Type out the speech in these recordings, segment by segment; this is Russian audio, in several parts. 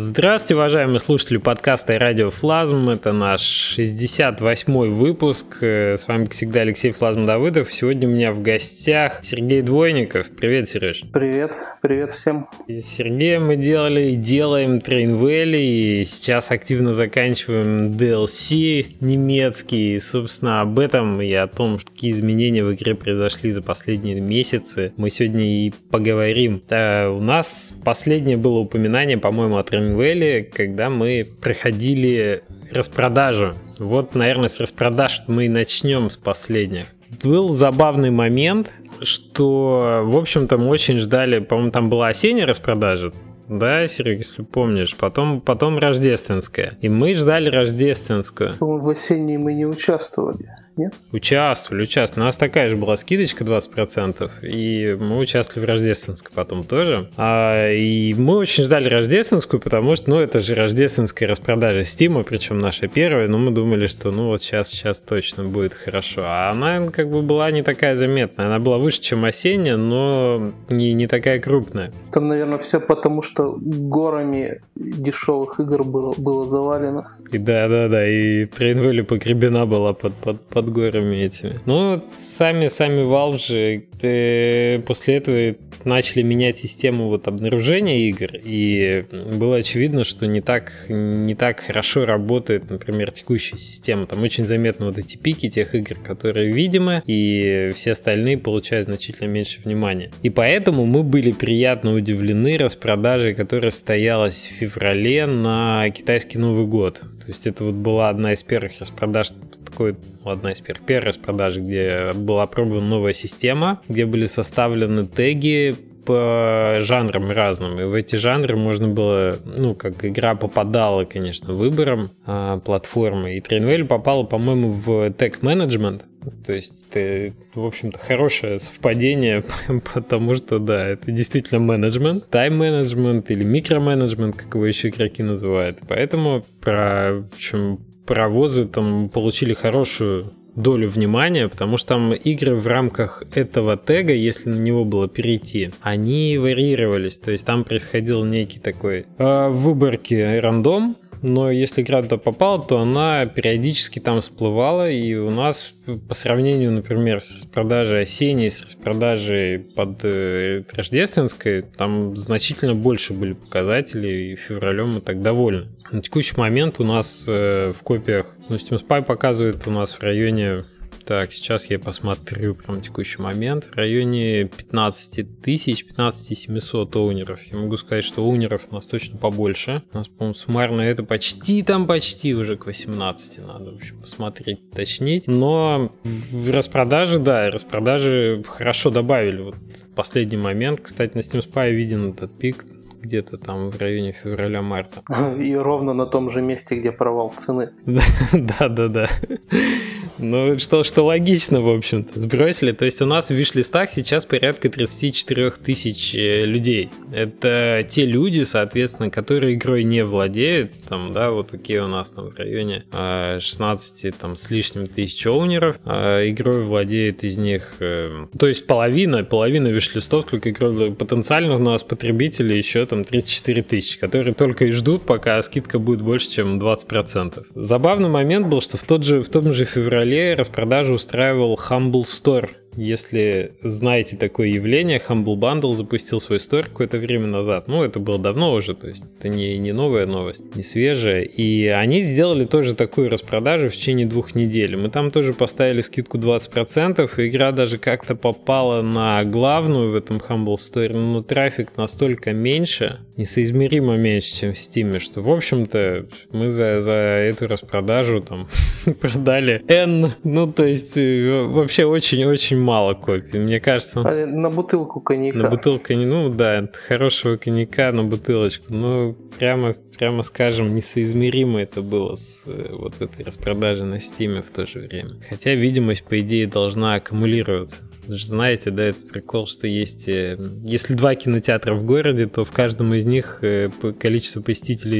Здравствуйте, уважаемые слушатели подкаста «Радио Флазм». Это наш 68-й выпуск. С вами, как всегда, Алексей Флазм-Давыдов. Сегодня у меня в гостях Сергей Двойников. Привет, Сереж. Привет всем. С Сергеем мы делали и делаем Train Valley, и сейчас активно заканчиваем DLC немецкий. И, собственно, об этом и о том, какие изменения в игре произошли за последние месяцы, мы сегодня и поговорим. У нас последнее было упоминание, по-моему, о Train Valley, когда мы проходили распродажу. Вот, наверное, с распродаж мы и начнем с последних. Был забавный момент, что, в общем-то, мы очень ждали, по-моему, там была осенняя распродажа, да, Серега, если помнишь, потом рождественская. И мы ждали рождественскую. В осенней мы не участвовали, нет? Участвовали. У нас такая же была скидочка 20%, и мы участвовали в рождественской потом тоже. И мы очень ждали рождественскую, потому что, это же рождественская распродажа Стима, причем наша первая, но мы думали, что, сейчас точно будет хорошо. А она как бы была не такая заметная. Она была выше, чем осенняя, но не такая крупная. Там, наверное, все потому, что горами дешевых игр было завалено. И да, и Train Valley погребена была под горами этими. Сами Valve же после этого начали менять систему обнаружения игр, и было очевидно, что не так хорошо работает, например, текущая система. Там очень заметно эти пики тех игр, которые видимы, и все остальные получают значительно меньше внимания. И поэтому мы были приятно удивлены распродажей, которая состоялась в феврале на китайский Новый год. То есть это была одна из первых распродаж, первая распродажа, где была опробована новая система, где были составлены теги по жанрам разным. И в эти жанры можно было, как игра попадала, конечно, выбором платформы. И Train Valley попала, по-моему, в тег-менеджмент. То есть это, в общем-то, хорошее совпадение, потому что, да, это действительно менеджмент, тайм-менеджмент или микроменеджмент, как его еще игроки называют. Поэтому паровозы там получили хорошую долю внимания, потому что там игры в рамках этого тега, если на него было перейти, они варьировались, то есть там происходил некий такой выборки рандом, но если игра туда попала, то она периодически там всплывала, и у нас по сравнению, например, с распродажей осенней, с распродажей под рождественской, там значительно больше были показатели, и февралем мы так довольны. На текущий момент у нас в копиях, Steam Spy показывает у нас в районе... Так, сейчас я посмотрю прям текущий момент. В районе 15 700 оунеров. Я могу сказать, что оунеров у нас точно побольше. У нас, по-моему, суммарно это почти уже к 18 надо, в общем, посмотреть, уточнить. Но в распродажи хорошо добавили. В последний момент, кстати, на Steam Spy виден этот пик где-то там в районе февраля-марта. И ровно на том же месте, где провал цены. Да. Что логично, в общем-то, сбросили. То есть у нас в виш-листах сейчас порядка 34 тысяч людей. Это те люди, соответственно, которые игрой не владеют. Там, да, вот такие у нас там в районе 16 там, с лишним тысяч оунеров. Игрой владеет из них... То есть половина виш-листов, только игрой потенциально у нас потребителей еще там 34 тысячи, которые только и ждут, пока скидка будет больше, чем 20%. Забавный момент был, что в том же феврале распродажу устраивал Humble Store. Если знаете такое явление, Humble Bundle запустил свой стор какое-то время назад. Это было давно уже, то есть это не новая новость, не свежая. И они сделали тоже такую распродажу в течение 2 недель. Мы там тоже поставили скидку 20%, и игра даже как-то попала на главную в этом Humble Store, но трафик настолько меньше, несоизмеримо меньше, чем в Steam, что, в общем-то, мы за эту распродажу там продали N, то есть вообще очень мало копий, мне кажется. На бутылку коньяка. На бутылку, хорошего коньяка на бутылочку. Прямо скажем, несоизмеримо это было с этой распродажей на Steam в то же время. Хотя видимость, по идее, должна аккумулироваться. Вы же знаете, да, этот прикол, что есть... Если 2 кинотеатра в городе, то в каждом из них количество посетителей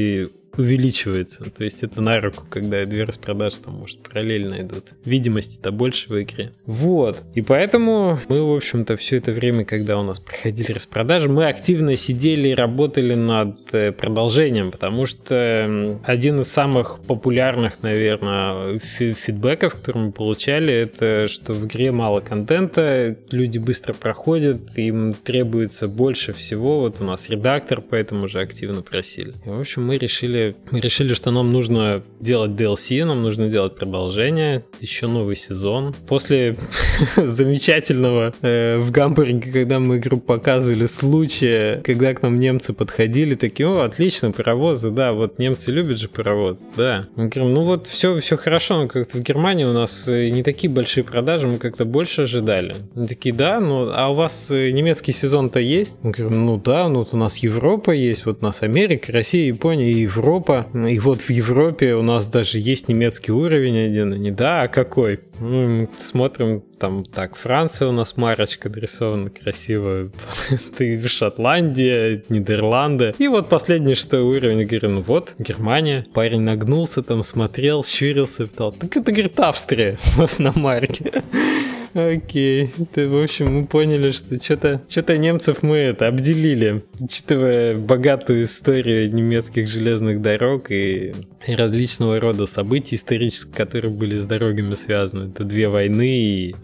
увеличивается. То есть это на руку, когда две распродажи там, может, параллельно идут. Видимости-то больше в игре. Вот. И поэтому мы, в общем-то, все это время, когда у нас проходили распродажи, мы активно сидели и работали над продолжением, потому что один из самых популярных, наверное, фидбэков, которые мы получали, это что в игре мало контента, люди быстро проходят, им требуется больше всего. Вот у нас редактор поэтому же активно просили. И, в общем, мы решили, что нам нужно делать DLC, нам нужно делать продолжение, еще новый сезон. После замечательного в Гамбурге, когда мы игру показывали, случая, когда к нам немцы подходили, такие: о, отлично, паровозы, да, вот немцы любят же паровозы, да. Мы говорим: ну вот все хорошо, но как-то в Германии у нас не такие большие продажи, мы как-то больше ожидали. Они такие: да, ну а у вас немецкий сезон-то есть? Мы говорим: ну да, ну вот у нас Европа есть, вот у нас Америка, Россия, Япония и Европа. И вот в Европе у нас даже есть немецкий уровень один. Они: да, а какой? Мы смотрим, там так, Франция у нас марочка нарисована красиво, Шотландия, Нидерланды. И вот последний шестой уровень, говорю: ну вот, Германия. Парень нагнулся там, смотрел, щурился, питал: так это, говорит, Австрия у нас на марке. Окей. В общем, мы поняли, что что-то немцев мы обделили, учитывая богатую историю немецких железных дорог и различного рода событий исторических, которые были с дорогами связаны. Это 2 войны и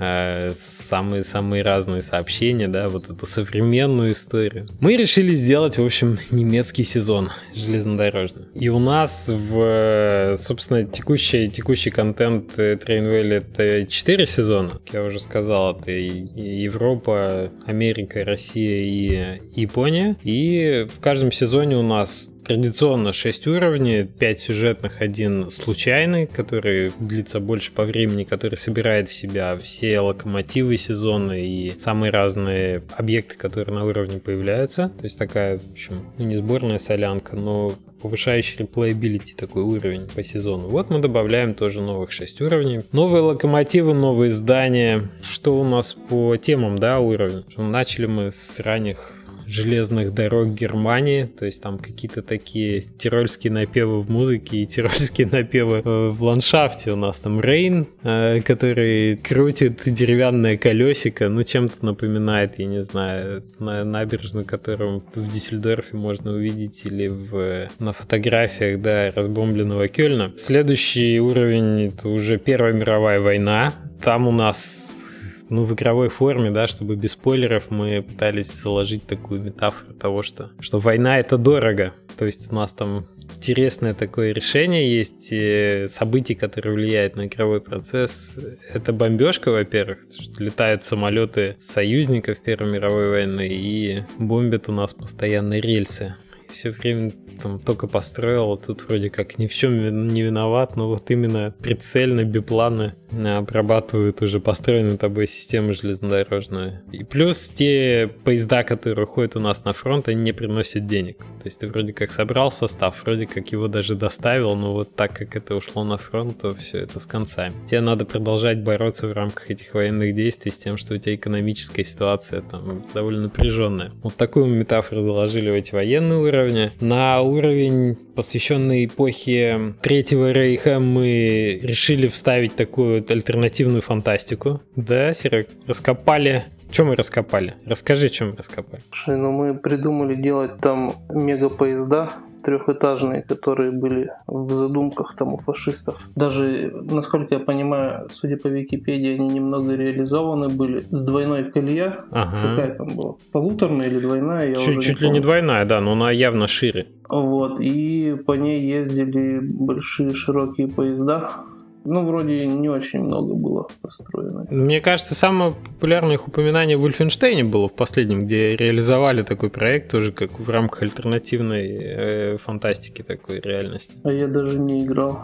самые разные сообщения, да, вот эту современную историю. Мы решили сделать, в общем, немецкий сезон железнодорожный. И у нас собственно, текущий контент Train Valley — это 4 сезона, как я уже сказал, это и Европа, Америка, Россия и Япония. И в каждом сезоне у нас традиционно 6 уровней, 5 сюжетных, 1 случайный, который длится больше по времени, который собирает в себя все локомотивы сезона и самые разные объекты, которые на уровне появляются. То есть такая, в общем, не сборная солянка, но повышающий реплеябилити такой уровень по сезону. Вот мы добавляем тоже новых 6 уровней. Новые локомотивы, новые здания. Что у нас по темам, да, уровень? Начали мы с ранних железных дорог Германии, то есть там какие-то такие тирольские напевы в музыке и тирольские напевы в ландшафте. У нас там Рейн, который крутит деревянное колесико, ну чем-то напоминает, я не знаю, набережную, которую в Дюссельдорфе можно увидеть, или на фотографиях, да, разбомбленного Кёльна. Следующий уровень — это уже Первая мировая война. Там у нас в игровой форме, да, чтобы без спойлеров, мы пытались заложить такую метафору того, что война — это дорого. То есть у нас там интересное такое решение есть, событий, которые влияют на игровой процесс. Это бомбежка, во-первых, что летают самолеты союзников Первой мировой войны и бомбят у нас постоянно рельсы. Все время там только построил, а тут вроде как ни в чем не виноват, но вот именно прицельно, бипланы обрабатывают уже построенную тобой систему железнодорожную. И плюс те поезда, которые уходят у нас на фронт, они не приносят денег. То есть ты вроде как собрал состав, вроде как его даже доставил, но вот так как это ушло на фронт, то все это с концами. Тебе надо продолжать бороться в рамках этих военных действий с тем, что у тебя экономическая ситуация там довольно напряженная. Вот такую метафору заложили в эти военные уровни. На уровень, посвященный эпохе Третьего Рейха, мы решили вставить такую альтернативную фантастику. Да, Серег, раскопали. Что мы раскопали? Расскажи, что мы раскопали. Слушай, мы придумали делать там мегапоезда трехэтажные, которые были в задумках там у фашистов. Даже, насколько я понимаю, судя по Википедии, они немного реализованы были. С двойной колея. Ага. Какая там была? Полуторная или двойная? Чуть ли не двойная, да, но она явно шире. Вот, и по ней ездили большие широкие поезда. Вроде не очень много было построено. Мне кажется, самое популярное их упоминание в Wolfenstein было в последнем, где реализовали такой проект тоже как в рамках альтернативной фантастики такой реальности. А я даже не играл.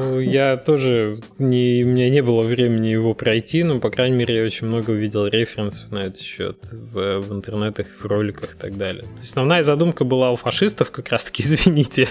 Я тоже, у меня не было времени его пройти, но, по крайней мере, я очень много увидел референсов на этот счет в интернетах, в роликах и так далее. То есть основная задумка была у фашистов, как раз-таки, извините,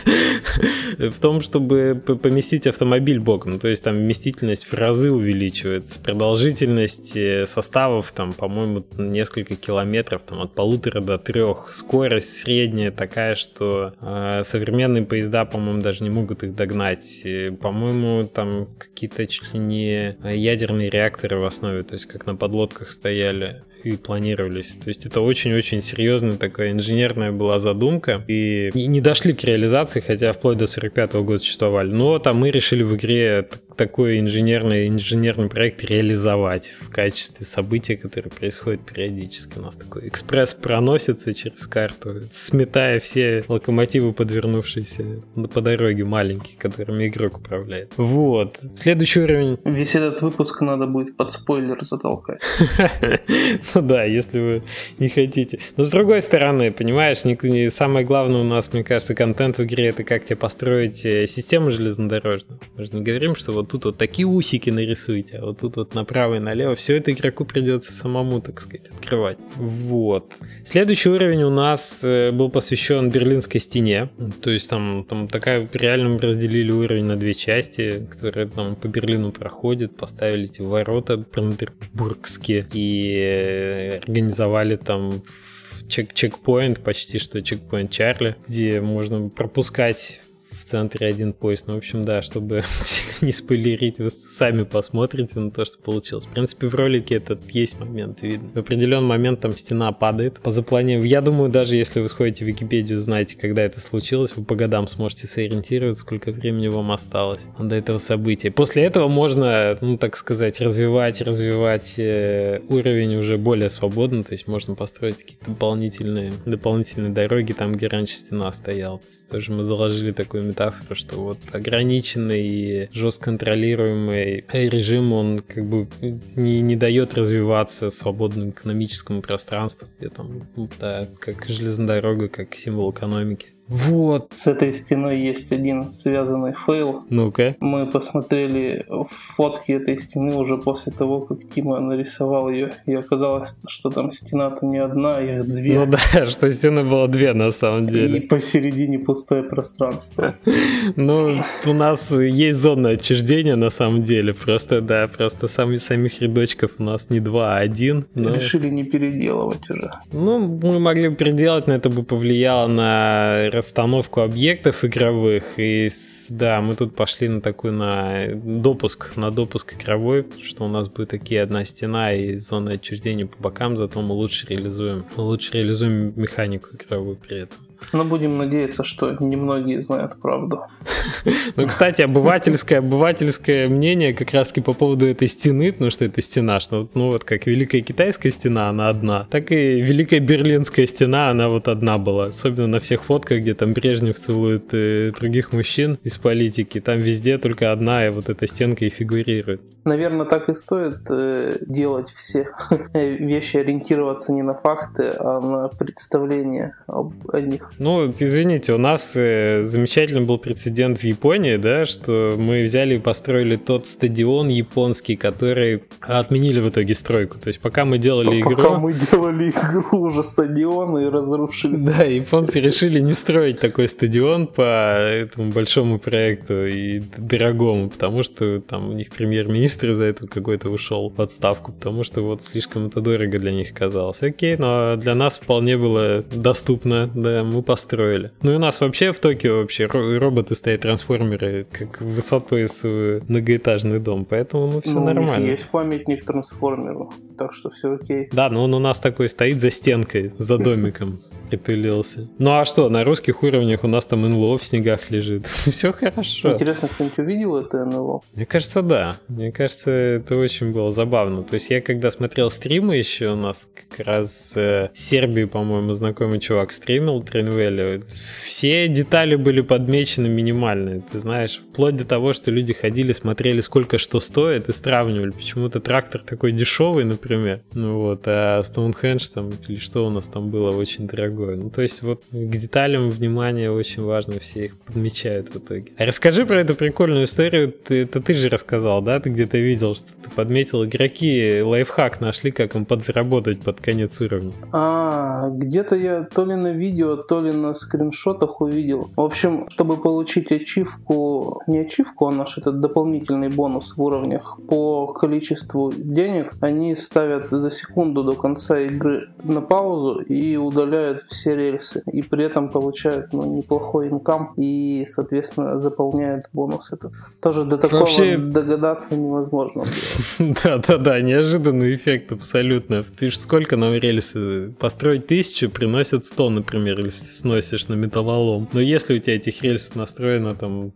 в том, чтобы поместить автомобиль боком. То есть там вместительность в разы увеличивается, продолжительность состава суставов, там, по-моему, несколько километров, там, от 1,5 до 3. Скорость средняя такая, что современные поезда, по-моему, даже не могут их догнать. И, по-моему, там какие-то чуть ли не ядерные реакторы в основе, то есть как на подлодках стояли и планировались. То есть это очень-очень серьезная такая инженерная была задумка. И не дошли к реализации, хотя вплоть до 45-го года существовали. Но там мы решили в игре такой инженерный проект реализовать в качестве события, которое происходит периодически. У нас такой экспресс проносится через карту, сметая все локомотивы, подвернувшиеся по дороге, маленькие, которыми игрок управляет. Вот. Следующий уровень. Весь этот выпуск надо будет под спойлер затолкать. Ну да, если вы не хотите. Но с другой стороны, понимаешь, самое главное у нас, мне кажется, контент в игре — это как тебе построить систему железнодорожную. Мы же не говорим, что вот тут вот такие усики нарисуйте, а вот тут вот направо и налево. Все это игроку придется самому, так сказать, открывать. Вот. Следующий уровень у нас был посвящен Берлинской стене. То есть там такая, реально мы разделили уровень на 2 части, которые там по Берлину проходят, поставили эти ворота бранденбургские и организовали там чекпоинт, почти что чекпоинт Чарли, где можно пропускать в центре один поезд. Ну, в общем, да, чтобы не спойлерить, вы сами посмотрите на то, что получилось. В принципе, в ролике этот есть момент видно. В определенный момент там стена падает по запланированию. Я думаю, даже если вы сходите в Википедию, знаете, когда это случилось, вы по годам сможете сориентироваться, сколько времени вам осталось до этого события. После этого можно, ну, так сказать, развивать уровень уже более свободно, то есть можно построить какие-то дополнительные дороги там, где раньше стена стояла. То есть тоже мы заложили такую метафору, что вот ограниченный и жестко контролируемый режим, он как бы не дает развиваться свободному экономическому пространству, где там, да, как железнодорога, как символ экономики. Вот. С этой стеной есть один связанный фейл. Ну-ка. Мы посмотрели фотки этой стены уже после того, как Тима нарисовал ее. И оказалось, что там стена-то не одна, а их 2. Ну да, что стены было 2 на самом деле. И посередине пустое пространство. Ну, у нас есть зона отчуждения на самом деле. Просто самих рядочков у нас не 2, а 1. Но... Решили не переделывать уже. Ну, мы могли бы переделать, но это бы повлияло на расстановку объектов игровых. И да, мы тут пошли на допуск игровой, что у нас будет такие одна стена и зона отчуждения по бокам, зато мы лучше реализуем механику игровую при этом. Но будем надеяться, что немногие знают правду. Ну, кстати, обывательское мнение как раз-таки по поводу этой стены, потому что это стена, что ну вот как Великая Китайская стена, она одна, так и Великая Берлинская стена, она вот одна была. Особенно на всех фотках, где там Брежнев целует других мужчин из политики, там везде только одна, и вот эта стенка и фигурирует. Наверное, так и стоит делать все вещи, ориентироваться не на факты, а на представление о них. Ну, извините, у нас замечательный был прецедент в Японии, да, что мы взяли и построили тот стадион японский, который отменили в итоге стройку. То есть пока мы делали игру... Пока мы делали игру, уже стадион и разрушили. Да, японцы решили не строить такой стадион по этому большому проекту и дорогому, потому что там у них премьер-министр из-за этого какой-то ушел в отставку, потому что вот слишком это дорого для них казалось. Окей, но для нас вполне было доступно, да, мы построили. Ну и у нас вообще в Токио роботы стоят, трансформеры, как высотой с многоэтажный дом, поэтому все нормально. Есть памятник трансформеру, так что все окей. Да, но он у нас такой стоит за стенкой, за домиком. Притулился. Ну а что, на русских уровнях у нас там НЛО в снегах лежит. Все хорошо. Интересно, кто-нибудь увидел это НЛО? Мне кажется, да. Мне кажется, это очень было забавно. То есть я когда смотрел стримы еще, у нас как раз с Сербии, по-моему, знакомый чувак стримил, Тринвелли, все детали были подмечены минимальные. Ты знаешь, вплоть до того, что люди ходили, смотрели, сколько что стоит, и сравнивали. Почему-то трактор такой дешевый, например. Ну вот, а Стоунхендж там, или что у нас там было, очень дорогой. другое. Ну, то есть вот к деталям внимание очень важно, все их подмечают в итоге. А расскажи про эту прикольную историю, это ты же рассказал, да? Ты где-то видел, что ты подметил, игроки лайфхак нашли, как им подзаработать под конец уровня. Где-то я то ли на видео, то ли на скриншотах увидел. В общем, чтобы получить ачивку, не ачивку, а наш этот дополнительный бонус в уровнях по количеству денег, они ставят за секунду до конца игры на паузу и удаляют все рельсы. И при этом получают неплохой инкам и, соответственно, заполняют бонус этот. Тоже до такого вообще догадаться невозможно было. Да, неожиданный эффект абсолютно. Ты же сколько на рельсы? Построить 1000 приносят 100, например, если сносишь на металлолом. Но если у тебя этих рельсов настроено там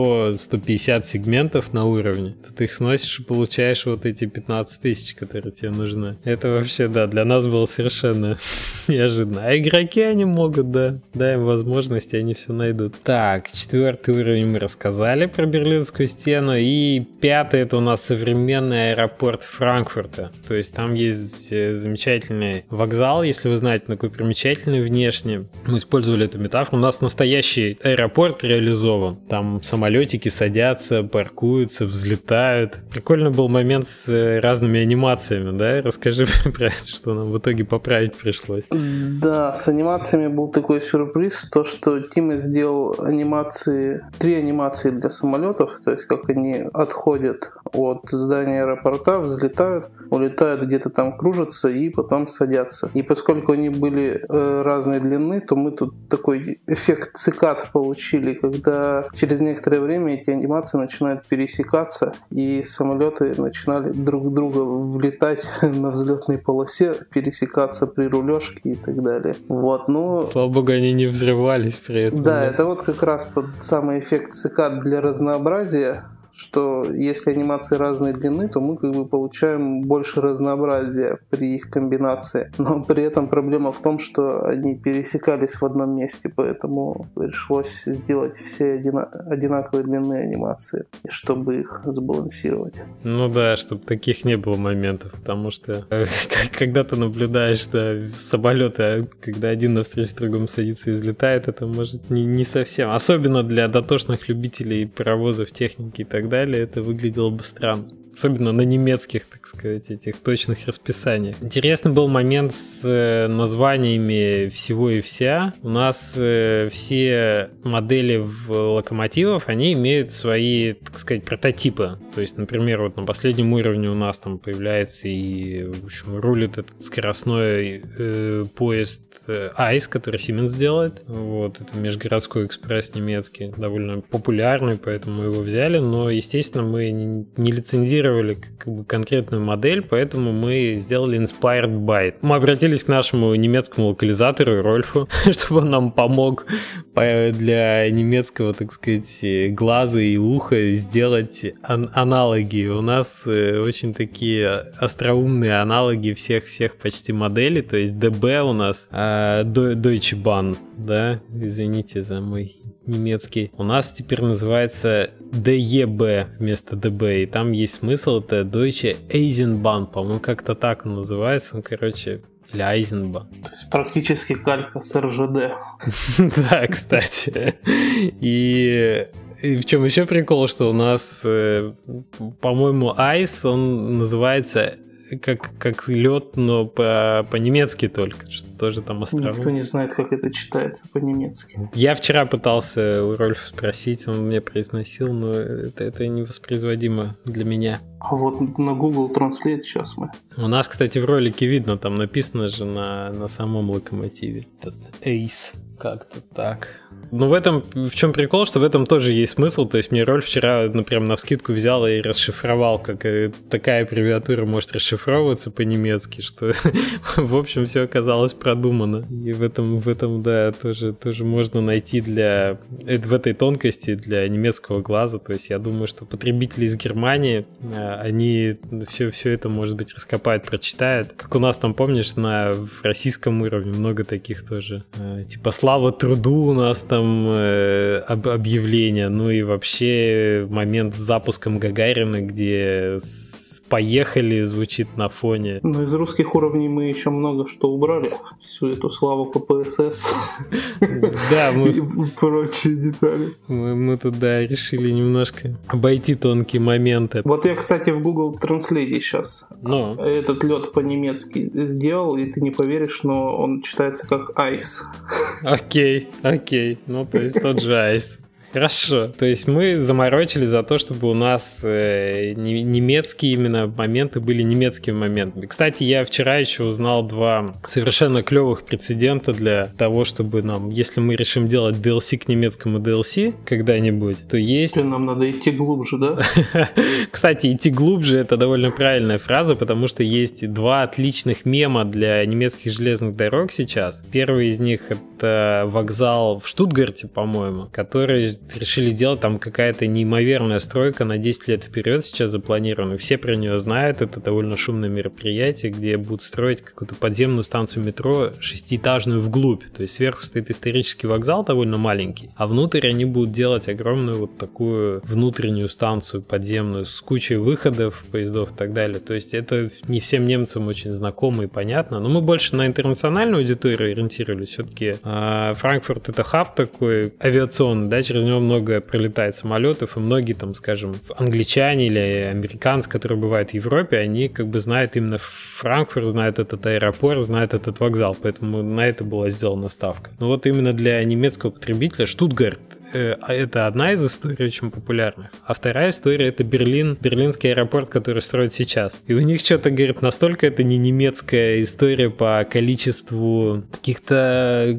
100-150 сегментов на уровне, то ты их сносишь и получаешь вот эти 15 тысяч, которые тебе нужны. Это вообще, да, для нас было совершенно неожиданно. А игроки, они могут, да. Дай им возможности, они все найдут. Так, 4-й уровень мы рассказали про Берлинскую стену. И 5-й — это у нас современный аэропорт Франкфурта. То есть там есть замечательный вокзал, если вы знаете, такой примечательный внешне. Мы использовали эту метафору. У нас настоящий аэропорт реализован. Там самолетики садятся, паркуются, взлетают. Прикольный был момент с разными анимациями, да? Расскажи про это, что нам в итоге поправить пришлось. Да, с анимациями был такой сюрприз, то, что Тима сделал анимации, 3 анимации для самолетов, то есть как они отходят от здания аэропорта, взлетают, улетают, где-то там кружатся и потом садятся. И поскольку они были разной длины, то мы тут такой эффект цикад получили, когда через некоторое время эти анимации начинают пересекаться, и самолеты начинали друг в друга влетать на взлетной полосе, пересекаться при рулежке и так далее. Вот, но... Слава богу, они не взрывались при этом. Да, это вот как раз тот самый эффект цикад для разнообразия, что если анимации разной длины, то мы как бы получаем больше разнообразия при их комбинации. Но при этом проблема в том, что они пересекались в одном месте, поэтому пришлось сделать все одинаковой длины анимации, чтобы их сбалансировать. Ну да, чтобы таких не было моментов, потому что когда ты наблюдаешь самолеты, когда один навстречу другому садится и взлетает, это может не совсем. Особенно для дотошных любителей паровозов, техники и так далее, это выглядело бы странно. Особенно на немецких, так сказать, этих точных расписаниях. Интересный был момент с названиями всего и вся. У нас все модели локомотивов, они имеют свои, так сказать, прототипы. То есть, например, вот на последнем уровне у нас там появляется и, в общем, рулит этот скоростной поезд Ice, который Siemens делает. Вот, это межгородской экспресс немецкий, довольно популярный, поэтому мы его взяли. Но, естественно, мы не лицензировали как бы конкретную модель, поэтому мы сделали Inspired by. Мы обратились к нашему немецкому локализатору Рольфу, чтобы он нам помог для немецкого, так сказать, глаза и уха сделать аналоги. У нас очень такие остроумные аналоги всех почти моделей, то есть DB у нас, Deutsche Bahn, да, извините за мой немецкий. У нас теперь называется DEB вместо DB, и там есть смысл, это Deutsche Eisenbahn, по-моему, как-то так он называется, или Eisenbahn. То есть практически калька с РЖД. Да, кстати. И в чем еще прикол, что у нас, по-моему, Ice, он называется как лед, но по-немецки только, что тоже там остроумно. Никто не знает, как это читается по-немецки. Я вчера пытался у Рольфа спросить, он мне произносил, но это невоспроизводимо для меня. А вот на Google Translate сейчас мы. У нас, кстати, в ролике видно, там написано же на самом локомотиве. Ace. Как-то так. Но в чем прикол, что в этом тоже есть смысл. То есть мне Рольф вчера, например, навскидку взял и расшифровал, как такая аббревиатура может расшифровываться по-немецки, что, в общем, все оказалось продумано. И в этом, да, тоже можно найти в этой тонкости для немецкого глаза. То есть я думаю, что потребители из Германии, они все это, может быть, раскопают, прочитают. Как у нас там, помнишь, в российском уровне много таких тоже, типа «Слава труду» у нас там объявление, ну и вообще момент с запуском Гагарина, где «Поехали» звучит на фоне. Но из русских уровней мы еще много что убрали. Всю эту славу КПСС и прочие детали. Мы туда решили немножко обойти тонкие моменты. Вот я, кстати, в Google Translate сейчас этот лед по-немецки сделал, и ты не поверишь, но он читается как «айс». Окей. Ну, то есть тот же «айс». Хорошо. То есть мы заморочили за то, чтобы у нас немецкие именно моменты были немецкими моментами. Кстати, я вчера еще узнал 2 совершенно клевых прецедента для того, чтобы нам, если мы решим делать DLC к немецкому DLC когда-нибудь, то есть... Нам надо идти глубже, да? Кстати, идти глубже — это довольно правильная фраза, потому что есть 2 отличных мема для немецких железных дорог сейчас. Первый из них — это вокзал в Штутгарте, по-моему, который решили делать, там какая-то неимоверная стройка на 10 лет вперед сейчас запланирована. Все про нее знают, это довольно шумное мероприятие, где будут строить какую-то подземную станцию метро 6-этажную вглубь. То есть сверху стоит исторический вокзал довольно маленький, а внутрь они будут делать огромную вот такую внутреннюю станцию подземную с кучей выходов, поездов и так далее. То есть это не всем немцам очень знакомо и понятно, но мы больше на интернациональную аудиторию ориентировались. Все-таки Франкфурт — это хаб такой авиационный, да, через него много прилетает самолетов, и многие там, скажем, англичане или американцы, которые бывают в Европе, они как бы знают именно Франкфурт, знают этот аэропорт, знают этот вокзал, поэтому на это была сделана ставка. Но вот именно для немецкого потребителя Штутгарт — это одна из историй очень популярных. А вторая история — это берлинский аэропорт, который строят сейчас. И у них что-то, говорит, настолько это не немецкая история по количеству каких-то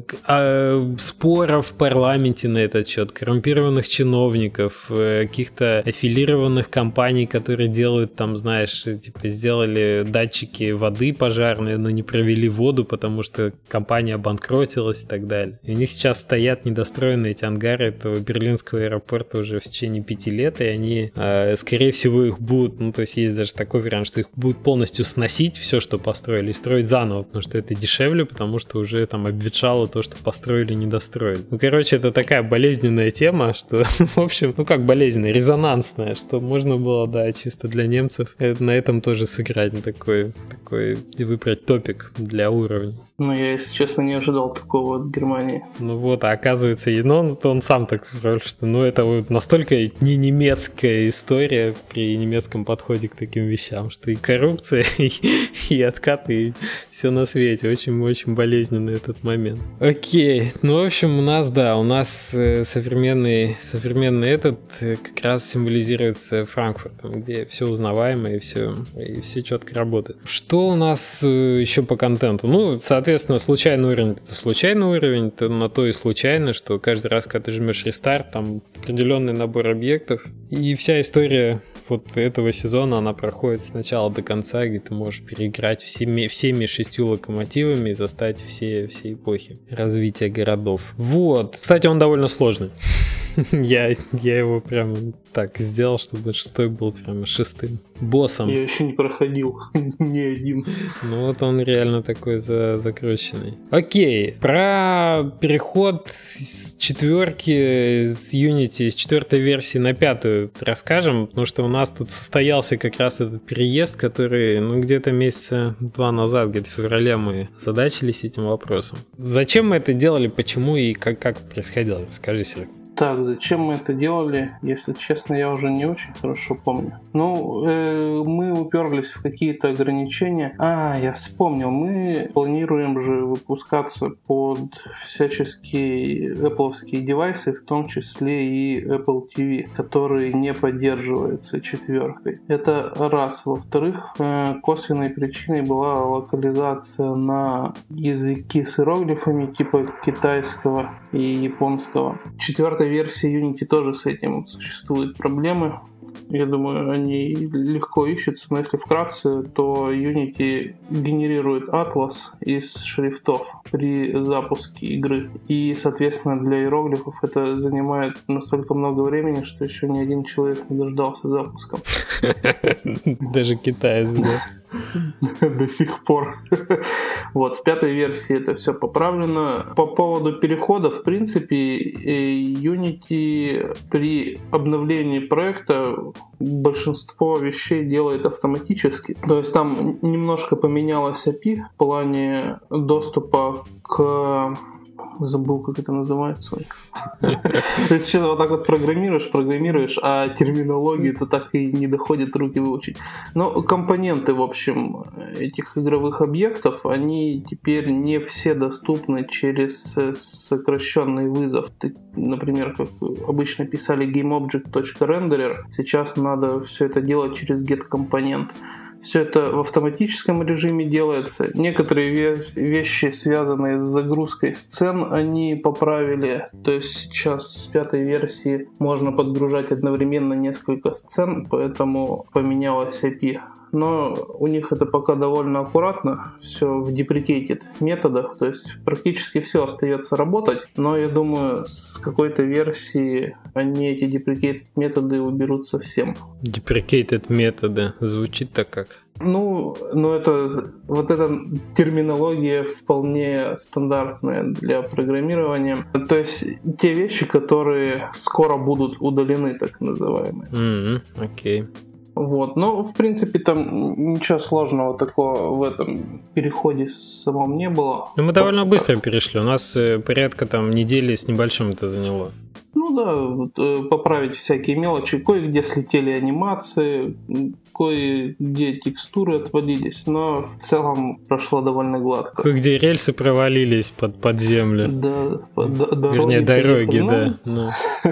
споров в парламенте на этот счет, коррумпированных чиновников, каких-то аффилированных компаний, которые делают там, знаешь, типа сделали датчики воды пожарные, но не провели воду, потому что компания обанкротилась и так далее. И у них сейчас стоят недостроенные эти ангары этого берлинского аэропорта уже в течение 5 лет, и они, скорее всего, их будут, ну, то есть есть даже такой вариант, что их будут полностью сносить, все, что построили, и строить заново, потому что это дешевле, потому что уже там обветшало то, что построили, не достроили. Ну, короче, это такая болезненная тема, что, в общем, ну, как болезненная, резонансная, что можно было, да, чисто для немцев на этом тоже сыграть, такой выбрать топик для уровня. Ну, я, если честно, не ожидал такого от Германии. Ну вот, а оказывается, он сам так сказал, что это вот настолько не немецкая история при немецком подходе к таким вещам, что и коррупция, и откаты, и все на свете. Очень-очень болезненный этот момент. Окей, ну, в общем, у нас современный этот как раз символизируется Франкфуртом, где все узнаваемо и все четко работает. Что у нас еще по контенту? Ну, соответственно, случайный уровень — это случайный уровень, это на то и случайно, что каждый раз, когда ты жмешь рестарт, там определенный набор объектов, и вся история вот этого сезона, она проходит с начала до конца, где ты можешь переиграть всеми 6 локомотивами и застать все эпохи развития городов. Вот. Кстати, он довольно сложный. Я его прям так сделал, чтобы 6 был прямо 6-м боссом. Я еще не проходил ни один. Ну вот он реально такой закрученный. Окей, про переход с 4 с Unity, с 4 версии на 5 расскажем, потому что у нас тут состоялся как раз этот переезд, который, где-то месяца 2 назад, где-то в феврале мы задачились этим вопросом. Зачем мы это делали, почему и как происходило? Скажи, Серег. Так, зачем мы это делали, если честно, я уже не очень хорошо помню. Мы уперлись в какие-то ограничения. Я вспомнил, мы планируем же выпускаться под всяческие Apple-овские девайсы, в том числе и Apple TV, который не поддерживается 4. Это раз. Во-вторых, косвенной причиной была локализация на языки с иероглифами типа китайского и японского. 4 версии Unity тоже с этим существуют проблемы. Я думаю, они легко ищутся, но если вкратце, то Unity генерирует атлас из шрифтов при запуске игры. И, соответственно, для иероглифов это занимает настолько много времени, что еще ни один человек не дождался запуска. Даже китаец, да. до сих пор. Вот, в 5-й версии это все поправлено. По поводу перехода, в принципе, Unity при обновлении проекта большинство вещей делает автоматически. То есть там немножко поменялось API в плане доступа к... Забыл, как это называется. То есть сейчас вот так вот программируешь, а терминологии-то так и не доходит руки выучить. Но компоненты, в общем, этих игровых объектов, они теперь не все доступны через сокращенный вызов. Например, как обычно писали GameObject.renderer, сейчас надо все это делать через getComponent. Все это в автоматическом режиме делается. Некоторые вещи, связанные с загрузкой сцен, они поправили. То есть сейчас с 5-й версии можно подгружать одновременно несколько сцен, поэтому поменялось API. Но у них это пока довольно аккуратно, все в deprecated методах, то есть практически все остается работать, но я думаю, с какой-то версии они эти deprecated методы уберут совсем. Deprecated методы, звучит так как? Ну, это вот эта терминология вполне стандартная для программирования. То есть те вещи, которые скоро будут удалены, так называемые. Окей. Вот. Но, в принципе, там ничего сложного такого в этом переходе самом не было. Ну, мы довольно быстро перешли. У нас порядка там недели с небольшим это заняло. Ну да, вот, поправить всякие мелочи. Кое-где слетели анимации, кое-где текстуры отвалились, но в целом прошло довольно гладко. Кое-где рельсы провалились под землю. Да, вернее, дороги, да. Ну.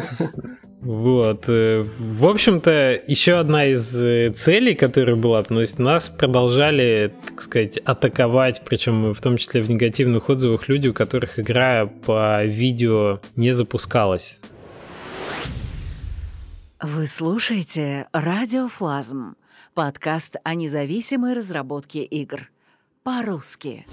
Вот. В общем-то, еще одна из целей, которая была, то есть нас продолжали, так сказать, атаковать, причем в том числе в негативных отзывах, люди, у которых игра по видео не запускалась. Вы слушаете «Радиофлазм» — подкаст о независимой разработке игр. По-русски.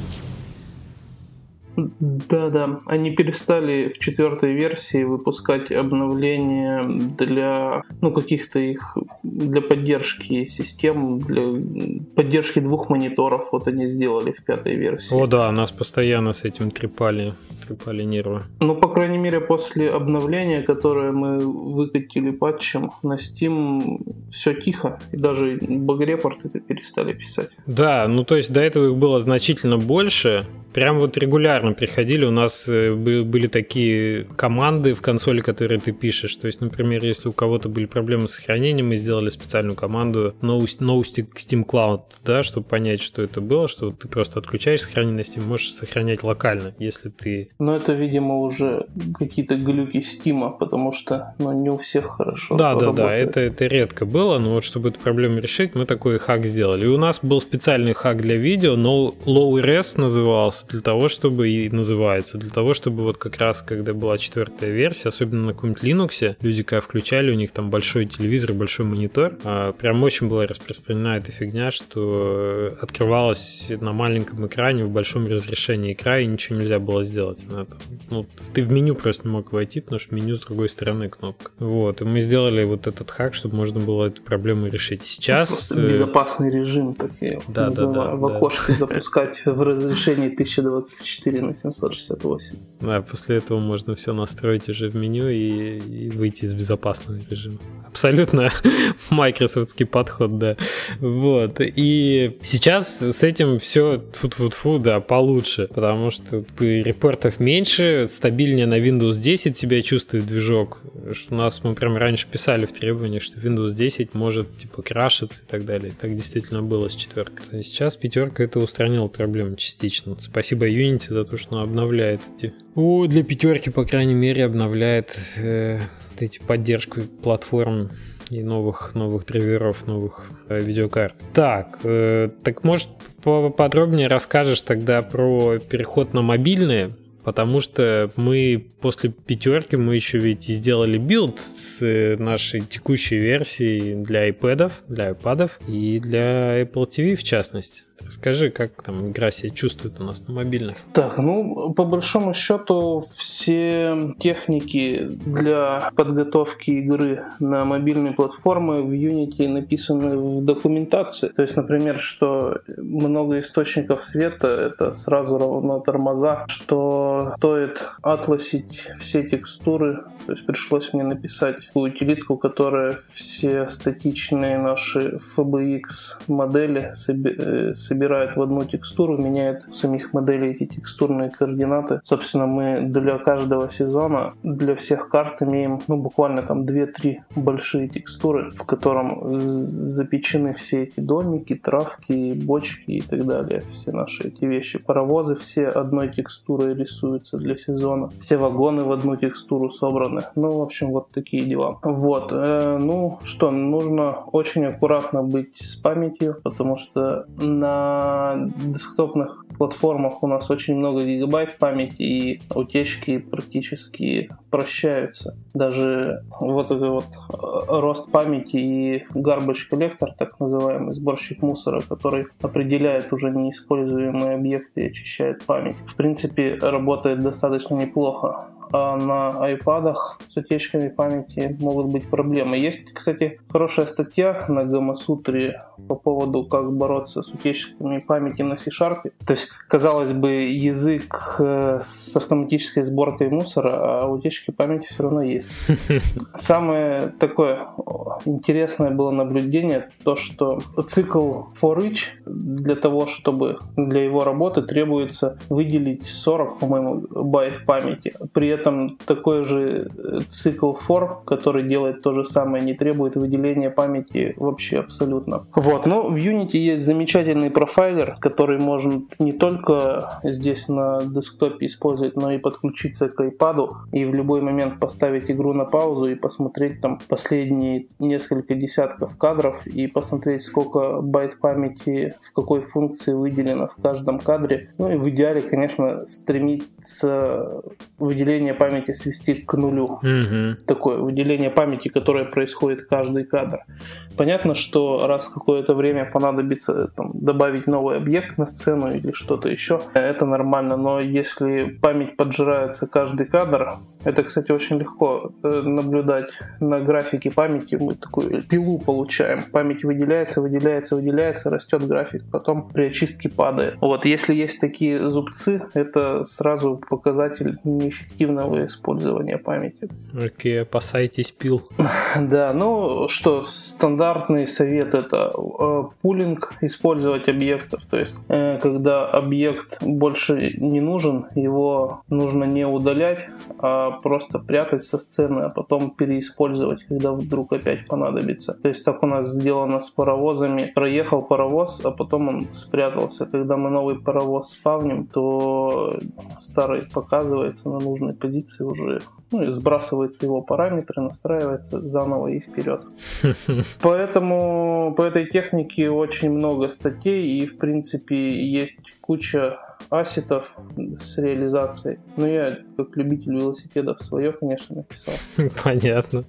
Да, они перестали в 4-й версии выпускать обновления для каких-то их, для поддержки систем, для поддержки 2 мониторов. Вот они сделали в 5-й версии. О да, нас постоянно с этим трепали нервы. Ну, по крайней мере, после обновления, которое мы выкатили патчем на Steam, все тихо, и даже баг-репорты перестали писать. Да, ну то есть до этого их было значительно больше. Прям вот регулярно приходили, у нас были такие команды в консоли, которые ты пишешь. То есть, например, если у кого-то были проблемы с сохранением, мы сделали специальную команду Nostick Steam Cloud, да, чтобы понять, что это было, что ты просто отключаешь сохранение на Steam, можешь сохранять локально, если ты... Но это, видимо, уже какие-то глюки Steam, потому что не у всех хорошо работает. Да, это редко было, но вот чтобы эту проблему решить, мы такой хак сделали. И у нас был специальный хак для видео, но Low Res назывался, для того, чтобы и называется, для того, чтобы вот как раз, когда была 4-я версия, особенно на каком-нибудь Linux, люди, когда включали, у них там большой телевизор, большой монитор, прям очень была распространена эта фигня, что открывалась на маленьком экране в большом разрешении экрана, и ничего нельзя было сделать. Ты в меню просто не мог войти, потому что меню с другой стороны кнопка. Вот, и мы сделали вот этот хак, чтобы можно было эту проблему решить. Сейчас... Безопасный режим, так я называю, в окошке запускать в разрешении 1024 на 768. Да, после этого можно все настроить уже в меню и выйти из безопасного режима. Абсолютно майкрософтский подход, да. Вот. И сейчас с этим все тьфу-тьфу-тьфу, да, получше, потому что репортов меньше, стабильнее на Windows 10 себя чувствует движок. У нас мы прям раньше писали в требованиях, что Windows 10 может типа крашиться и так далее. Так действительно было с 4-кой. Сейчас 5-ка это устранила проблему частично. Спасибо Unity за то, что она обновляет эти... для 5-ки, по крайней мере, обновляет эти поддержку платформ и новых драйверов, новых видеокарт. Так, может поподробнее расскажешь тогда про переход на мобильные? Потому что мы после 5-ки мы еще ведь сделали билд с нашей текущей версией для iPad'ов и для Apple TV в частности. Расскажи, как там игра себя чувствует у нас на мобильных. Так, ну, по большому счету, все техники для подготовки игры на мобильные платформы в Unity написаны в документации. То есть, например, что много источников света — это сразу равно тормоза, что стоит атласить все текстуры. То есть пришлось мне написать утилитку, которая все статичные наши FBX модели собирает в одну текстуру, меняет у самих моделей эти текстурные координаты. Собственно, мы для каждого сезона, для всех карт имеем буквально там 2-3 большие текстуры, в котором запечены все эти домики, травки, бочки и так далее. Все наши эти вещи. Паровозы все одной текстурой рисуются для сезона. Все вагоны в одну текстуру собраны. Ну, в общем, вот такие дела. Вот. Ну, что, нужно очень аккуратно быть с памятью, потому что на десктопных платформах у нас очень много гигабайт памяти, и утечки практически прощаются. Даже вот этот вот рост памяти и garbage collector, так называемый сборщик мусора, который определяет уже неиспользуемые объекты и очищает память, в принципе, работает достаточно неплохо. А на айпадах с утечками памяти могут быть проблемы. Есть, кстати, хорошая статья на Гамасутре по поводу, как бороться с утечками памяти на C-Sharp. То есть, казалось бы, язык с автоматической сборкой мусора, а утечки памяти все равно есть. Самое такое интересное было наблюдение, то, что цикл for each для того, чтобы для его работы требуется выделить 40, по-моему, байт памяти. При этом такой же цикл for, который делает то же самое, не требует выделения памяти вообще абсолютно. Вот. Но в Unity есть замечательный профайлер, который может не только здесь на десктопе использовать, но и подключиться к iPad и в любой момент поставить игру на паузу и посмотреть там последние несколько десятков кадров и посмотреть, сколько байт памяти в какой функции выделено в каждом кадре. Ну и в идеале, конечно, стремиться выделение памяти свести к нулю. Такое выделение памяти, которое происходит каждый кадр. Понятно, что раз какое-то время понадобится там, добавить новый объект на сцену или что-то еще, это нормально. Но если память поджирается каждый кадр, это, кстати, очень легко наблюдать на графике памяти. Мы такую пилу получаем. Память выделяется, растет график, потом при очистке падает. Вот, если есть такие зубцы, это сразу показатель неэффективного использования памяти. Окей, опасайтесь пил. Да, ну что, стандартный совет — это пулинг, использовать объектов. То есть, когда объект больше не нужен, его нужно не удалять, а просто прятать со сцены, а потом переиспользовать, когда вдруг опять понадобится. То есть так у нас сделано с паровозами. Проехал паровоз, а потом он спрятался. Когда мы новый паровоз спавним, то старый показывается на нужной позиции уже, ну и сбрасывается его параметры, настраивается заново и вперед. Поэтому по этой технике очень много статей, и в принципе есть куча ассетов с реализацией. Но я, как любитель велосипедов, свое, конечно, написал. Понятно.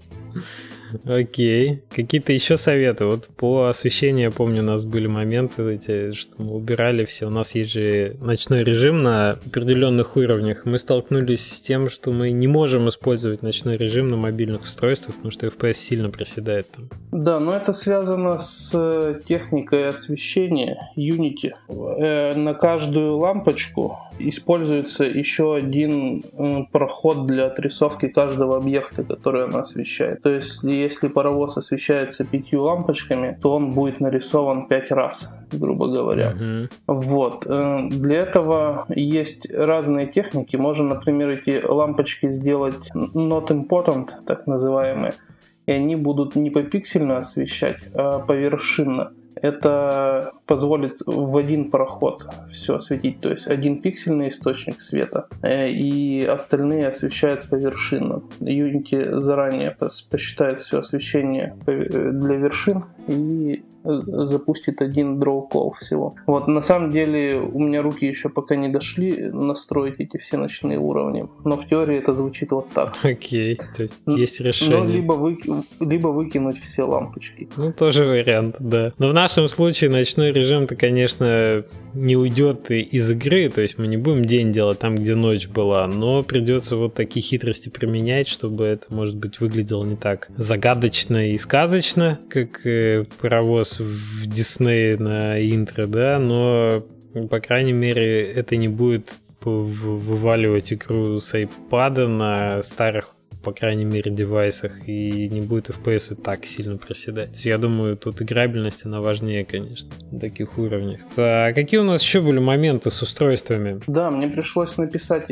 Окей. Какие-то еще советы? Вот по освещению, я помню, у нас были моменты эти, что мы убирали все. У нас есть же ночной режим на определенных уровнях. Мы столкнулись с тем, что мы не можем использовать ночной режим на мобильных устройствах, потому что FPS сильно проседает там. Да, но это связано с техникой освещения Unity. На каждую лампочку используется еще один проход для отрисовки каждого объекта, который она освещает. То есть, если паровоз освещается 5 лампочками, то он будет нарисован 5 раз, грубо говоря. Вот. Для этого есть разные техники. Можно, например, эти лампочки сделать not important, так называемые, и они будут не попиксельно освещать, а повершинно. Это позволит в один проход все осветить, то есть один пиксельный источник света, и остальные освещают повершинно. Unity заранее посчитает все освещение для вершин и запустит один draw call всего. Вот, на самом деле у меня руки еще пока не дошли настроить эти все ночные уровни, но в теории это звучит вот так. Окей, то есть решение. Ну, либо выкинуть все лампочки. Ну, тоже вариант, да. Но в нашем случае ночной режим-то, конечно, не уйдет из игры, то есть мы не будем день делать там, где ночь была, но придется вот такие хитрости применять, чтобы это, может быть, выглядело не так загадочно и сказочно, как паровоз в Диснее на интро, да, но, по крайней мере, это не будет вываливать игру с iPad на старых, по крайней мере, девайсах, и не будет FPS так сильно проседать. То есть, я думаю, тут играбельность, она важнее, конечно, на таких уровнях. А какие у нас еще были моменты с устройствами? Да, мне пришлось написать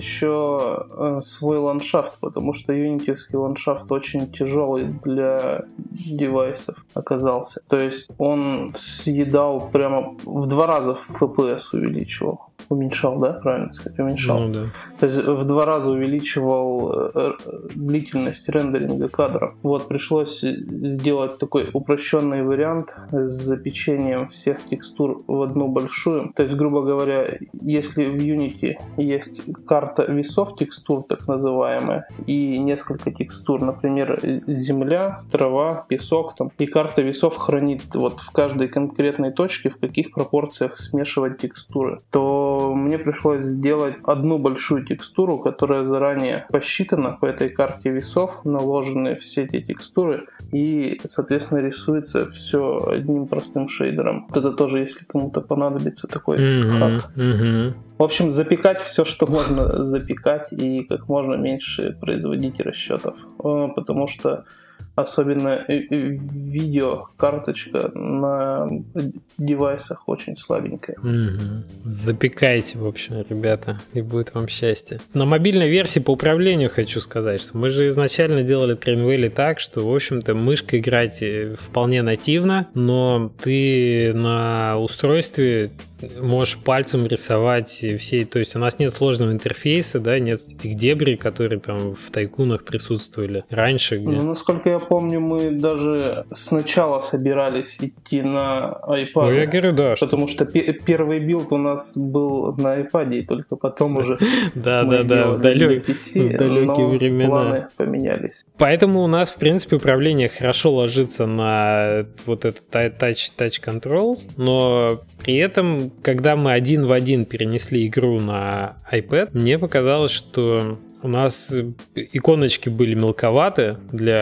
еще свой ландшафт, потому что юнитевский ландшафт очень тяжелый для девайсов оказался. То есть он съедал прямо в 2 раза FPS уменьшал, да, правильно сказать, уменьшал. Ну, да. То есть в 2 раза увеличивал длительность рендеринга кадров. Вот, пришлось сделать такой упрощенный вариант с запечением всех текстур в одну большую. То есть, грубо говоря, если в Unity есть карта весов текстур, так называемая, и несколько текстур, например, земля, трава, песок, там, и карта весов хранит вот в каждой конкретной точке, в каких пропорциях смешивать текстуры, то мне пришлось сделать одну большую текстуру, которая заранее посчитана по этой карте весов, наложены все эти текстуры, и, соответственно, рисуется все одним простым шейдером. Вот это тоже, если кому-то понадобится такой хак. В общем, запекать все, что можно запекать, и как можно меньше производить расчетов, потому что особенно видеокарточка на девайсах очень слабенькая. Запекайте, в общем, ребята, и будет вам счастье. На мобильной версии по управлению хочу сказать, что мы же изначально делали Train Valley так, что, в общем-то, мышкой играть вполне нативно, но ты на устройстве можешь пальцем рисовать все, то есть у нас нет сложного интерфейса, да, нет этих дебрей, которые там в тайкунах присутствовали раньше. Где... Ну, насколько я помню, мы даже сначала собирались идти на iPad. Ну, я говорю, да. Потому что первый билд у нас был на iPad, и только потом уже да, в далекие времена планы поменялись. Поэтому у нас, в принципе, управление хорошо ложится на вот этот touch controls, но при этом, когда мы один в один перенесли игру на iPad, мне показалось, что у нас иконочки были мелковаты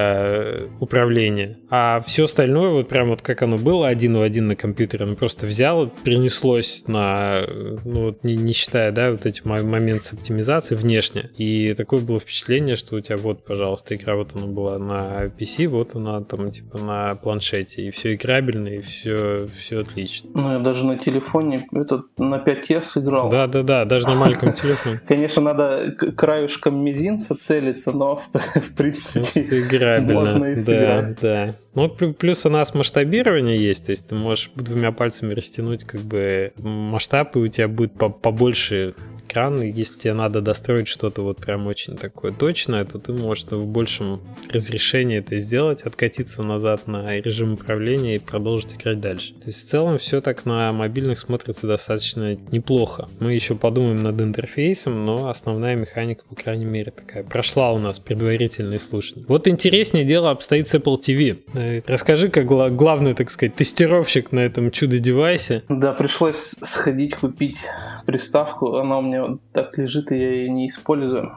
для управления, а все остальное, вот прям вот как оно было один в один на компьютере, оно просто взяло, перенеслось на, ну вот не считая, да, вот эти моменты с оптимизацией внешне. И такое было впечатление, что у тебя вот, пожалуйста, игра вот она была на PC, вот она там типа на планшете, и все играбельно, и все отлично. Ну, я даже на телефоне, на 5S играл. Да, даже на маленьком телефоне. Конечно, надо краешком мизинца целиться, но в принципе играбельно. Можно и сыграть. Да. Ну, плюс у нас масштабирование есть, то есть ты можешь 2 пальцами растянуть как бы масштаб, и у тебя будет побольше экран, и если тебе надо достроить что-то вот прям очень такое точное, то ты можешь в большем разрешении это сделать, откатиться назад на режим управления и продолжить играть дальше. То есть в целом все так на мобильных смотрится достаточно неплохо. Мы еще подумаем над интерфейсом, но основная механика, по крайней мере, такая прошла у нас предварительные слушания. Вот интереснее дело обстоит с Apple TV. Расскажи, как главный, так сказать, тестировщик на этом чудо-девайсе. Да, пришлось сходить купить приставку, она у меня так лежит, и я ее не использую.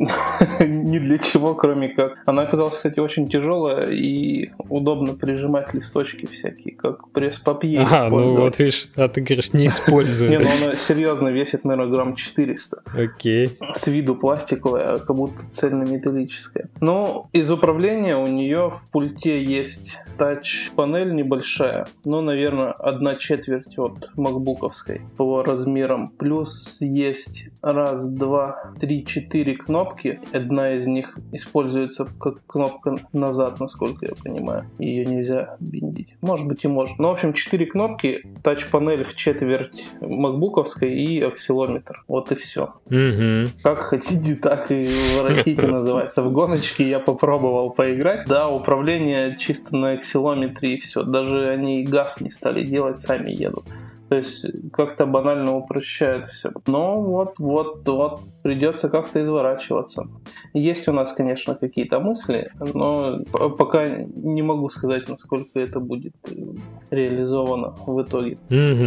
Ни для чего, кроме как. Она оказалась, кстати, очень тяжелая, и удобно прижимать листочки всякие, как пресс-папье использовать. Ну вот видишь, а ты говоришь, не использую. Не, ну она серьезно весит, наверное, грамм 400. Окей. С виду пластиковая, а как будто цельнометаллическая. Но из управления у нее в пульте есть тач-панель небольшая, но, наверное, 1/4 от макбуковской по размерам. Плюс есть 1, 2, 3, 4 кнопки. Одна из них используется как кнопка назад, насколько я понимаю. Ее нельзя биндить. Может быть и можно. Но, в общем, 4 кнопки, тач-панель в четверть макбуковской и акселометр. Вот и все. Как хотите, так и воротите, называется. В галочки я попробовал поиграть. Да, управление чисто на акселометре и все. Даже они газ не стали делать, сами едут. То есть как-то банально упрощает все. Но вот придется как-то изворачиваться. Есть у нас, конечно, какие-то мысли, но пока не могу сказать, насколько это будет реализовано в итоге.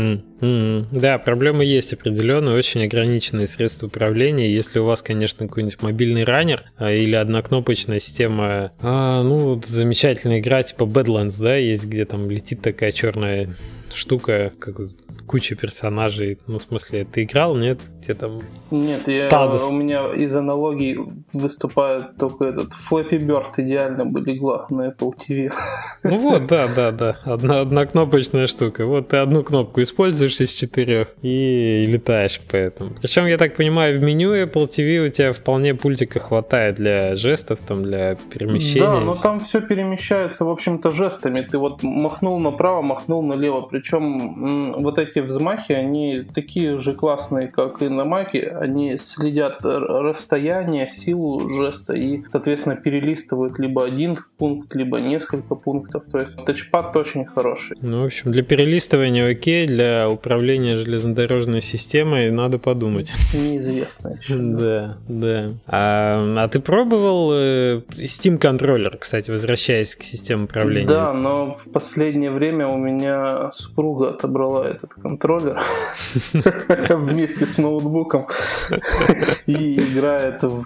Да, проблемы есть определенные, очень ограниченные средства управления. Если у вас, конечно, какой-нибудь мобильный раннер или однокнопочная система, замечательная игра типа Badlands, да, есть, где там летит такая черная штука, как куча персонажей. Ну, в смысле, ты играл, нет? Где там Нет, у меня из аналогий выступает только этот Flappy Bird, идеально бы легла на Apple TV. Ну вот, да. Однокнопочная штука. Вот ты одну кнопку используешь из 4 и летаешь по этому. Причем, я так понимаю, в меню Apple TV у тебя вполне пультика хватает для жестов, там, для перемещения. Да, но там все перемещается, в общем-то, жестами. Ты вот махнул направо, махнул налево. Причем вот эти взмахи, они такие же классные, как и на Маке. Они следят расстояние, силу жеста и, соответственно, перелистывают либо один пункт, либо несколько пунктов. То есть тачпад очень хороший. Ну, в общем, для перелистывания окей, для управления железнодорожной системой надо подумать. Неизвестно еще. Да. А ты пробовал Steam контроллер, кстати, возвращаясь к системе управления? Да, но в последнее время у меня супруга отобрала этот контроллер вместе с ноутбуком и играет в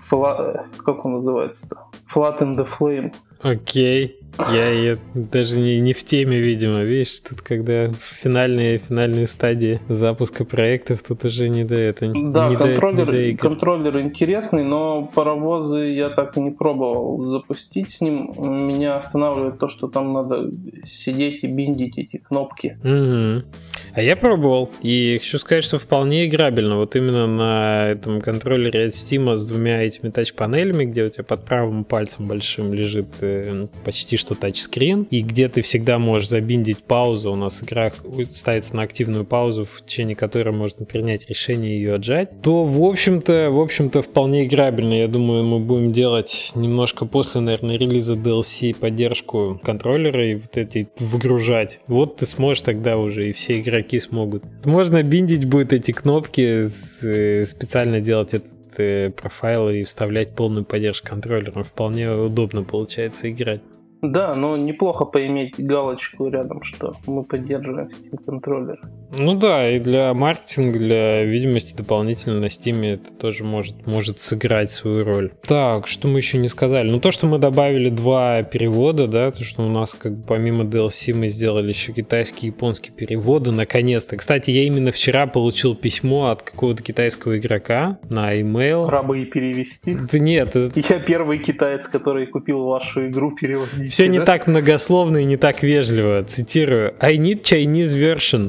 как он называется-то? Flat in the Flame. Окей. Я даже не в теме, видимо. Видишь, тут когда в финальные стадии запуска проектов, тут уже не до этого. Да, контроллер интересный, но паровозы я так и не пробовал запустить с ним. Меня останавливает то, что там надо сидеть и биндить эти кнопки. Угу. А я пробовал, и хочу сказать, что вполне играбельно. Вот именно на этом контроллере от Steam с двумя этими тач-панелями, где у тебя под правым пальцем большим лежит почти что тачскрин, и где ты всегда можешь забиндить паузу. У нас игра ставится на активную паузу, в течение которой можно принять решение ее отжать. То, в общем-то, вполне играбельно. Я думаю, мы будем делать немножко после, наверное, релиза DLC поддержку контроллера и вот эти выгружать. Вот ты сможешь тогда уже, и все игроки смогут. Можно биндить будет эти кнопки, специально делать этот профайл и вставлять полную поддержку контроллера. Вполне удобно получается играть. Да, но неплохо поиметь галочку рядом, что мы поддерживаем Steam контроллер. Ну да, и для маркетинга, для видимости дополнительно на Steam это тоже может сыграть свою роль. Так, что мы еще не сказали? Ну то, что мы добавили 2 перевода, да, то, что у нас как бы помимо DLC мы сделали еще китайские и японские переводы, наконец-то. Кстати, я именно вчера получил письмо от какого-то китайского игрока на e-mail. Рабы и перевести? Да нет. Я первый китаец, который купил вашу игру переводить. Все не так многословно и не так вежливо. Цитирую. I need Chinese version.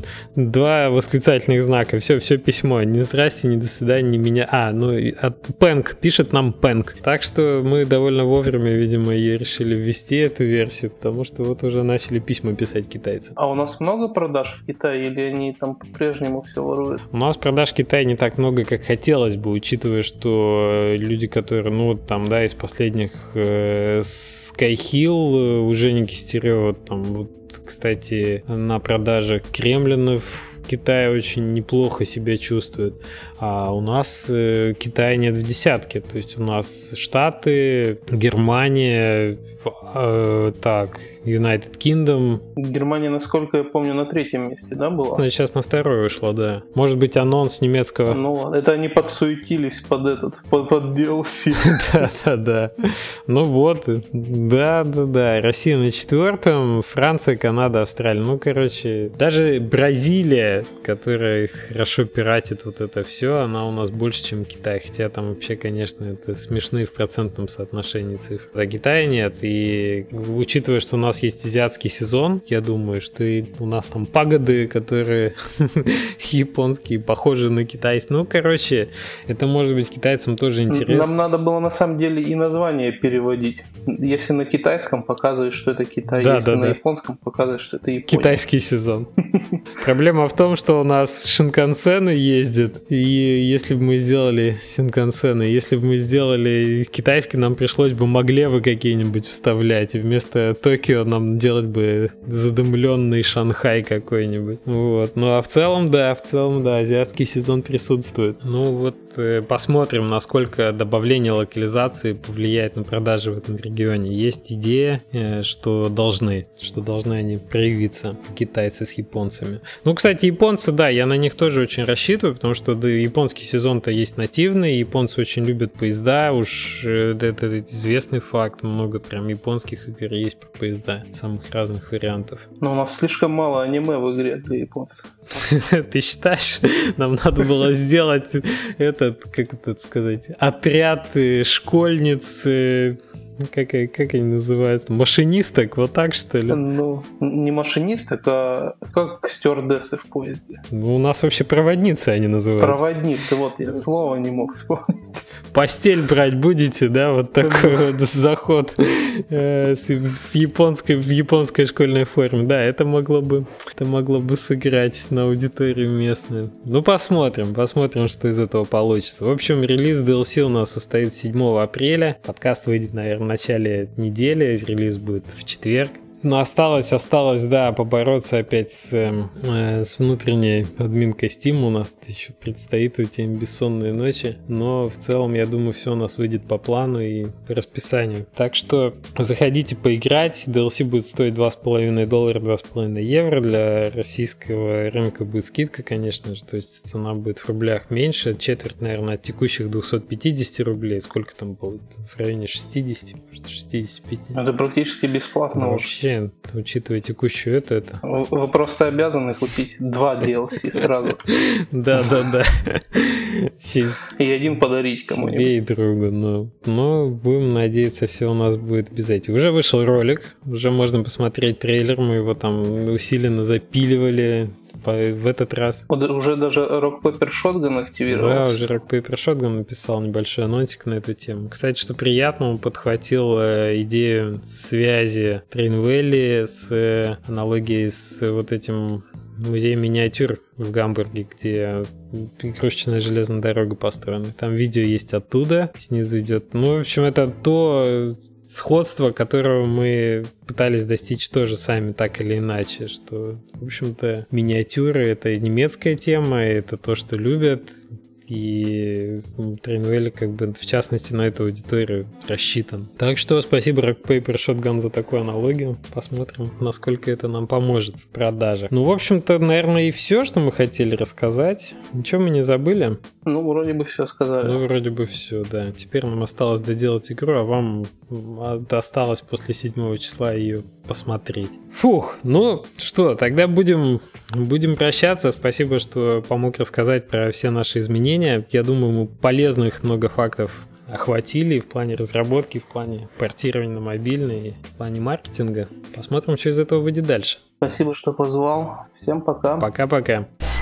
2 восклицательных знака. Все письмо. Ни здрасте, ни до свидания, ни меня. От Пэнк. Пишет нам Пэнк. Так что мы довольно вовремя, видимо, и решили ввести эту версию, потому что вот уже начали письма писать китайцы. А у нас много продаж в Китае или они там по-прежнему все воруют? У нас продаж в Китае не так много, как хотелось бы, учитывая, что люди, которые, из последних Skyhill, уже не Кистерева, кстати, на продаже Кремлинов в Китае очень неплохо себя чувствует, а у нас Китая нет в десятке, то есть у нас Штаты, Германия, United Kingdom. Германия, насколько я помню, на 3-м месте, да, была? Она сейчас на 2-й вышла, да. Может быть, анонс немецкого. Ну, это они подсуетились под DLC. Да. Ну вот, да. Россия на 4-м, Франция, Канада, Австралия. Даже Бразилия, которая хорошо пиратит вот это все, она у нас больше, чем Китай. Хотя там вообще, конечно, это смешные в процентном соотношении цифры. А Китая нет. И учитывая, что у нас есть азиатский сезон, я думаю, что и у нас там пагоды, которые японские, похожи на китайские. Это может быть китайцам тоже интересно. Нам надо было на самом деле и название переводить. Если на китайском показывает, что это Китай, на японском показывает, что это Япония. Китайский сезон. Проблема в том, что у нас шинкансены ездят, и если бы мы сделали Синкансен, если бы мы сделали китайский, нам пришлось бы маглевы какие-нибудь вставлять, и вместо Токио нам делать бы задымленный Шанхай какой-нибудь. Вот. Ну а в целом, да, азиатский сезон присутствует. Ну вот посмотрим, насколько добавление локализации повлияет на продажи в этом регионе. Есть идея, что должны они проявиться, китайцы с японцами. Ну, кстати, японцы, да, я на них тоже очень рассчитываю, потому что японский сезон-то есть нативный, японцы очень любят поезда, уж это известный факт, много прям японских игр есть про поезда, самых разных вариантов. Но у нас слишком мало аниме в игре для японцев. Ты считаешь, нам надо было сделать отряд школьниц, как они называются, машинисток, вот так что ли? Ну, не машинисток, а как стюардессы в поезде. Ну, у нас вообще проводницы они называются. Проводницы, вот я слово не мог вспомнить. Постель брать будете, да, вот такой вот заход в японской школьной форме. Да, это могло бы сыграть на аудиторию местную. Ну, посмотрим, что из этого получится. В общем, релиз DLC у нас состоит 7 апреля. Подкаст выйдет, наверное, в начале недели. Релиз будет в четверг. Но осталось, да, побороться опять с внутренней админкой Steam. У нас еще предстоит эти бессонные ночи. Но в целом, я думаю, все у нас выйдет по плану и по расписанию. Так что заходите поиграть. DLC будет стоить $2,5, €2,5. Для российского рынка будет скидка, конечно же. То есть цена будет в рублях меньше. Четверть, наверное, от текущих 250 рублей. Сколько там будет? В районе 60, может, 65. Это практически бесплатно. Вообще, учитывая текущую это. Вы просто обязаны купить 2 DLC сразу. Да. И один подарить кому-нибудь. Себе и другу. Но будем надеяться, все у нас будет без этих. Уже вышел ролик, уже можно посмотреть трейлер. Мы его там усиленно запиливали в этот раз. Уже даже Rock Paper Shotgun активировался. Да, уже Rock Paper Shotgun написал небольшой анонсик на эту тему. Кстати, что приятно, он подхватил идею связи Train Valley с аналогией с вот этим музеем миниатюр в Гамбурге, где игрушечная железная дорога построена. Там видео есть оттуда, снизу идет. Ну, в общем, это то сходство, которого мы пытались достичь тоже сами, так или иначе, что, в общем-то, миниатюры — это немецкая тема, это то, что любят, и Train Valley, как бы, в частности, на эту аудиторию рассчитан. Так что спасибо Rock Paper Shotgun за такую аналогию. Посмотрим, насколько это нам поможет в продажах. Ну, в общем-то, наверное, и все, что мы хотели рассказать. Ничего мы не забыли? Ну, вроде бы все сказали. Ну, вроде бы все, да. Теперь нам осталось доделать игру, а вам осталось после 7 числа ее посмотреть. Фух, ну что, тогда будем прощаться. Спасибо, что помог рассказать про все наши изменения. Я думаю, мы полезных много фактов охватили в плане разработки, в плане портирования на мобильный, в плане маркетинга. Посмотрим, что из этого выйдет дальше. Спасибо, что позвал. Всем пока. Пока-пока.